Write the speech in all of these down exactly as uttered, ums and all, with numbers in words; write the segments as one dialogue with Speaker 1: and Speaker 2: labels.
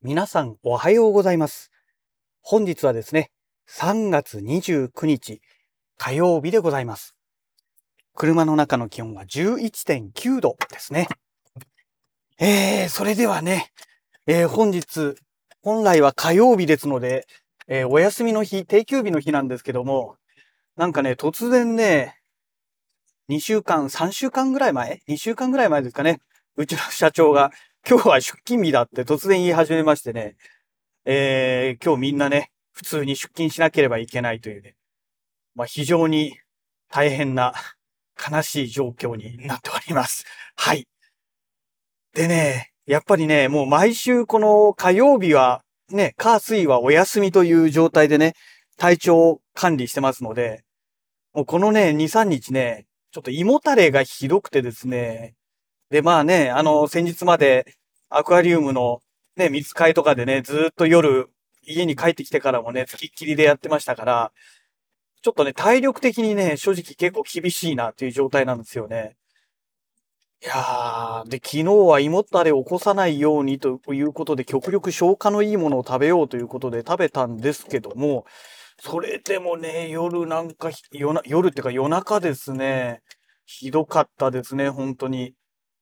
Speaker 1: 皆さんおはようございます。本日はですね、さんがつにじゅうくにち火曜日でございます。車の中の気温は じゅういってんきゅうどですね。えー、それではね、えー、本日、本来は火曜日ですので、えー、お休みの日、定休日の日なんですけども、なんかね、突然ね、にしゅうかん、さんしゅうかんぐらい前 ?に 週間ぐらい前ですかね。うちの社長が、今日は出勤日だって突然言い始めましてね、えー、今日みんなね、普通に出勤しなければいけないというね、まあ、非常に大変な悲しい状況になっております。はい。でね、やっぱりね、もう毎週この火曜日は、ね、火水はお休みという状態でね、体調管理してますので、もうこのね、に、さんにちね、ちょっと胃もたれがひどくてですね、で、まあね、あの、先日までアクアリウムのね、水替えとかでね、ずーっと夜、家に帰ってきてからもね、つきっきりでやってましたから、ちょっとね、体力的にね、正直結構厳しいなっていう状態なんですよね。いやー、で、昨日は胃もたれを起こさないようにということで、極力消化のいいものを食べようということで食べたんですけども、それでもね、夜なんか、夜な、夜っていうか夜中ですね、ひどかったですね、本当に。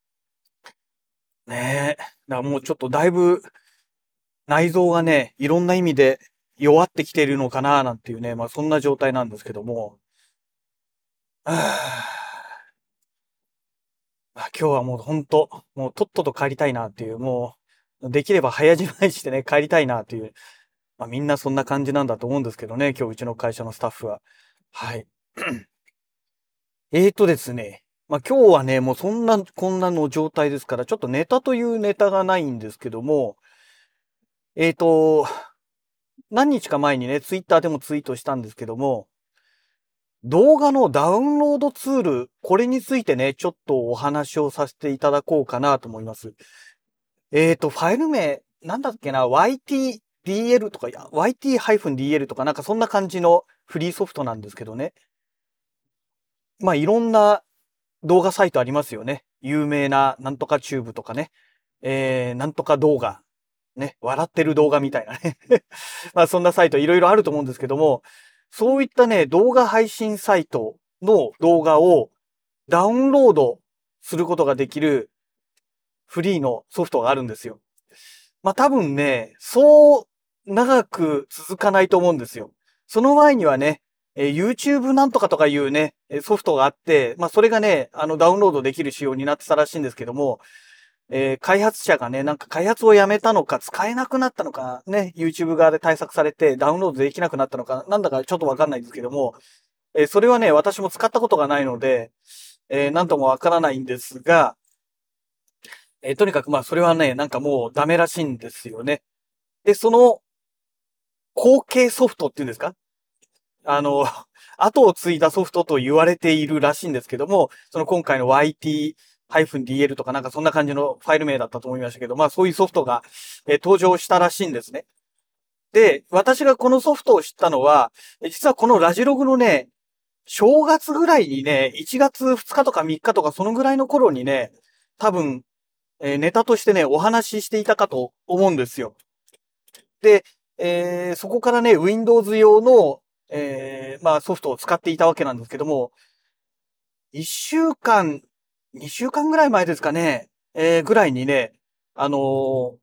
Speaker 1: ねえ。だからもうちょっとだいぶ内臓がね、いろんな意味で弱ってきているのかななんていうね、まあそんな状態なんですけども。あーまあ、今日はもうほんと、もうとっとと帰りたいなっていう、もう、できれば早じまいしてね、帰りたいなっていう、まあみんなそんな感じなんだと思うんですけどね、今日うちの会社のスタッフは。はい。えーとですね。まあ今日はね、もうそんな、こんなの状態ですから、ちょっとネタというネタがないんですけども、えーと、何日か前にね、ツイッターでもツイートしたんですけども、動画のダウンロードツール、これについてね、ちょっとお話をさせていただこうかなと思います。えーと、ファイル名、なんだっけな、ワイティーディーエル とか、ワイティーディーエル とかなんかそんな感じのフリーソフトなんですけどね。まあいろんな動画サイトありますよね。有名ななんとかチューブとかね。えー、なんとか動画。ね。笑ってる動画みたいなね。まあそんなサイトいろいろあると思うんですけども、そういったね、動画配信サイトの動画をダウンロードすることができるフリーのソフトがあるんですよ。まあ多分ね、そう長く続かないと思うんですよ。その前にはね、えー YouTube なんとかとかいうね、ソフトがあって、まあそれがね、あのダウンロードできる仕様になってたらしいんですけども、えー開発者がね、なんか開発をやめたのか、使えなくなったのか、ね、YouTube 側で対策されてダウンロードできなくなったのか、なんだかちょっとわかんないんですけども、えーそれはね、私も使ったことがないので、えーなんともわからないんですが、えーとにかくまあそれはね、なんかもうダメらしいんですよね。で、その後継ソフトっていうんですか？あの、後を継いだソフトと言われているらしいんですけども、その今回の ワイティーディーエル とかなんかそんな感じのファイル名だったと思いましたけど、まあそういうソフトが、えー登場したらしいんですね。で、私がこのソフトを知ったのは、実はこのラジログのね、正月ぐらいにね、いちがつふつかとかみっかとかそのぐらいの頃にね、多分、えーネタとしてね、お話ししていたかと思うんですよ。で、えーそこからね、Windows 用の、えーまあソフトを使っていたわけなんですけども、いっしゅうかん、にしゅうかんぐらい前ですかね、えーぐらいにね、あのー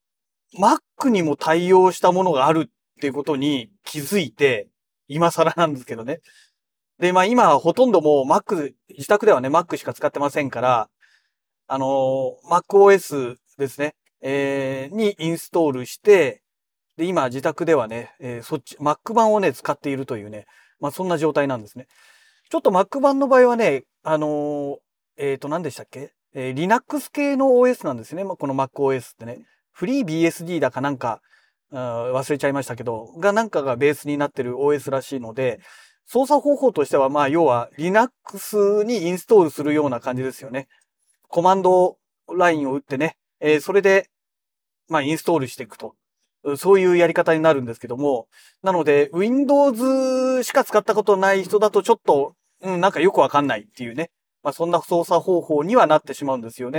Speaker 1: Mac にも対応したものがあるっていうことに気づいて、今更なんですけどね。で、まあ今ほとんどもう Mac、自宅ではね、Mac しか使ってませんから、あのー MacOS ですね、えーにインストールして、で、今自宅ではね、えーそっち、Mac 版をね、使っているというね、まあそんな状態なんですね。ちょっと Mac 版の場合はね、あのーえっと、何でしたっけ、えー Linux 系の オーエス なんですね。まあこの MacOS ってね。フリー ビーエスディー だかなんか、あー忘れちゃいましたけど、がなんかがベースになってる オーエス らしいので、操作方法としては、まあ要は Linux にインストールするような感じですよね。コマンドラインを打ってね、えーそれで、まあインストールしていくと。そういうやり方になるんですけども、なので、Windows しか使ったことない人だとちょっと、うん、なんかよくわかんないっていうね。まあそんな操作方法にはなってしまうんですよね。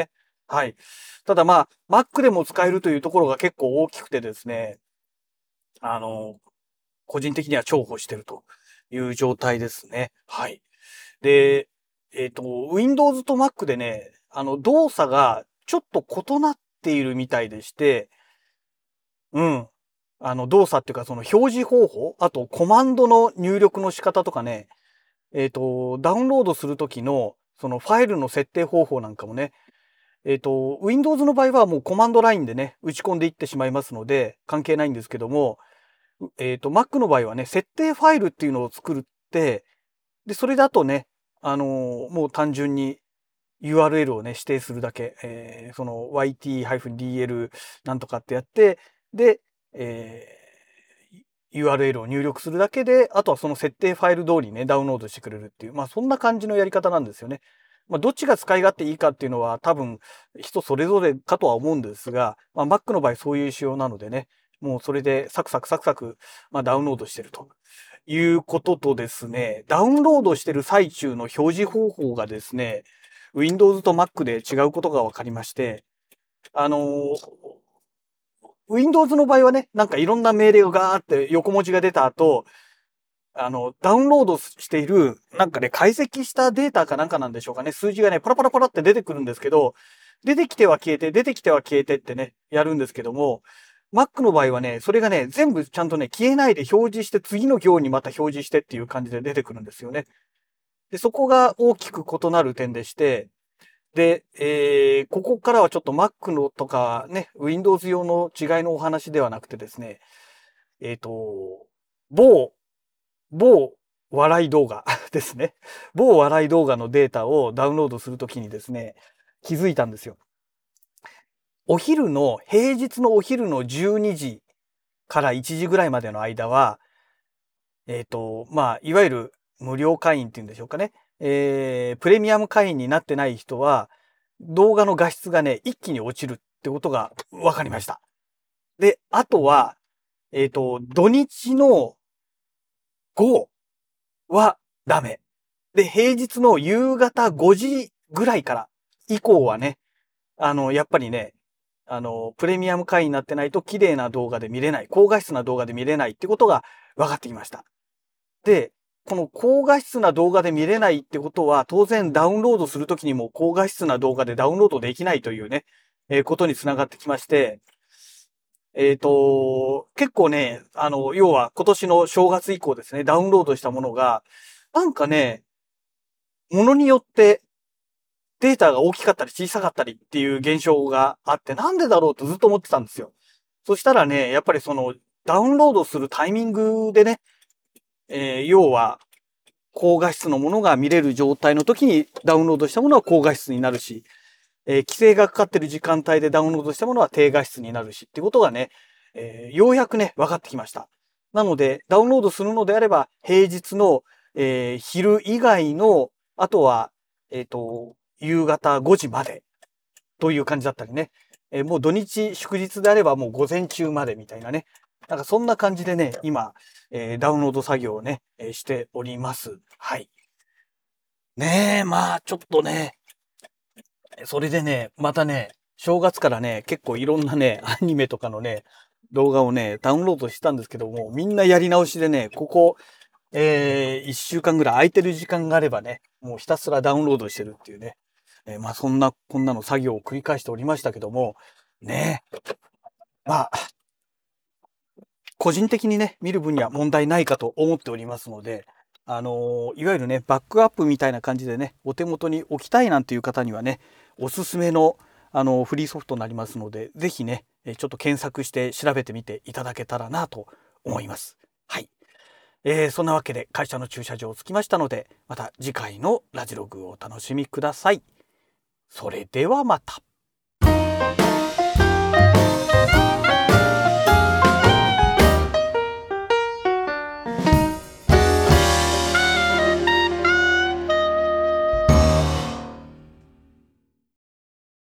Speaker 1: はい。ただまあ、Mac でも使えるというところが結構大きくてですね、あの、個人的には重宝してるという状態ですね。はい。で、えっと、Windows と Mac でね、あの、動作がちょっと異なっているみたいでして、うん。あの、動作っていうか、その表示方法、あとコマンドの入力の仕方とかね、えっと、ダウンロードするときの、そのファイルの設定方法なんかもね、えっと、Windows の場合はもうコマンドラインでね、打ち込んでいってしまいますので、関係ないんですけども、えっと、Mac の場合はね、設定ファイルっていうのを作るって、で、それだとね、あのーもう単純に ユーアールエル をね、指定するだけ、えーその ワイティー ディーエル なんとかってやって、で、えー ユーアールエル を入力するだけで、あとはその設定ファイル通りね、ダウンロードしてくれるっていう、まあそんな感じのやり方なんですよね。まあどっちが使い勝手いいかっていうのは多分人それぞれかとは思うんですが、まあ Mac の場合そういう仕様なのでね、もうそれでサクサクサクサク、まあ、ダウンロードしてるということとですね、ダウンロードしてる最中の表示方法がですね、Windows と Mac で違うことが分かりまして、あのー Windows の場合はね、なんかいろんな命令がガーって横文字が出た後、あの、ダウンロードしている、なんかね、解析したデータかなんかなんでしょうかね、数字がね、パラパラパラって出てくるんですけど、出てきては消えて、出てきては消えてってね、やるんですけども、Mac の場合はね、それがね、全部ちゃんとね、消えないで表示して、次の行にまた表示してっていう感じで出てくるんですよね。で、そこが大きく異なる点でして、で、えー、ここからはちょっと Mac のとかね、Windows 用の違いのお話ではなくてですね、えっと、某、某笑い動画ですね。某笑い動画のデータをダウンロードするときにですね、気づいたんですよ。お昼の、平日のお昼のじゅうにじからいちじぐらいまでの間は、えっと、まあ、いわゆる無料会員っていうんでしょうかね。えー、プレミアム会員になってない人は、動画の画質がね、一気に落ちるってことが分かりました。で、あとは、えっと、土日の午はダメ。で、平日の夕方ごじぐらいから以降はね、あの、やっぱりね、あの、プレミアム会員になってないと綺麗な動画で見れない、高画質な動画で見れないってことが分かってきました。で、この高画質な動画で見れないってことは、当然ダウンロードするときにも高画質な動画でダウンロードできないというね、えーことにつながってきまして、えっと、結構ね、あの、要は今年の正月以降ですね、ダウンロードしたものが、なんかね、ものによってデータが大きかったり小さかったりっていう現象があって、なんでだろうとずっと思ってたんですよ。そしたらね、やっぱりその、ダウンロードするタイミングでね、えー要は、高画質のものが見れる状態の時にダウンロードしたものは高画質になるし、えー規制がかかってる時間帯でダウンロードしたものは低画質になるしっていうことがね、えーようやくね、分かってきました。なので、ダウンロードするのであれば、平日の、えー昼以外の、あとは、えっと、夕方ごじまでという感じだったりね。えーもう土日祝日であればもう午前中までみたいなね。なんかそんな感じでね、今、えーダウンロード作業をね、えーしております。はい。ねえ、まあ、ちょっとね、それでね、またね、正月からね、結構いろんなね、アニメとかのね、動画をね、ダウンロードしたんですけども、みんなやり直しでね、ここ、えー、一週間ぐらい空いてる時間があればね、もうひたすらダウンロードしてるっていうね。えーまあそんな、こんなの作業を繰り返しておりましたけども、ね、まあ、個人的にね、見る分には問題ないかと思っておりますので、あのーいわゆるね、バックアップみたいな感じでね、お手元に置きたいなんていう方にはね、おすすめの、あのーフリーソフトになりますので、ぜひね、えーちょっと検索して調べてみていただけたらなと思います。はい。えーそんなわけで会社の駐車場を着きましたので、また次回のラジログをお楽しみください。それではまた。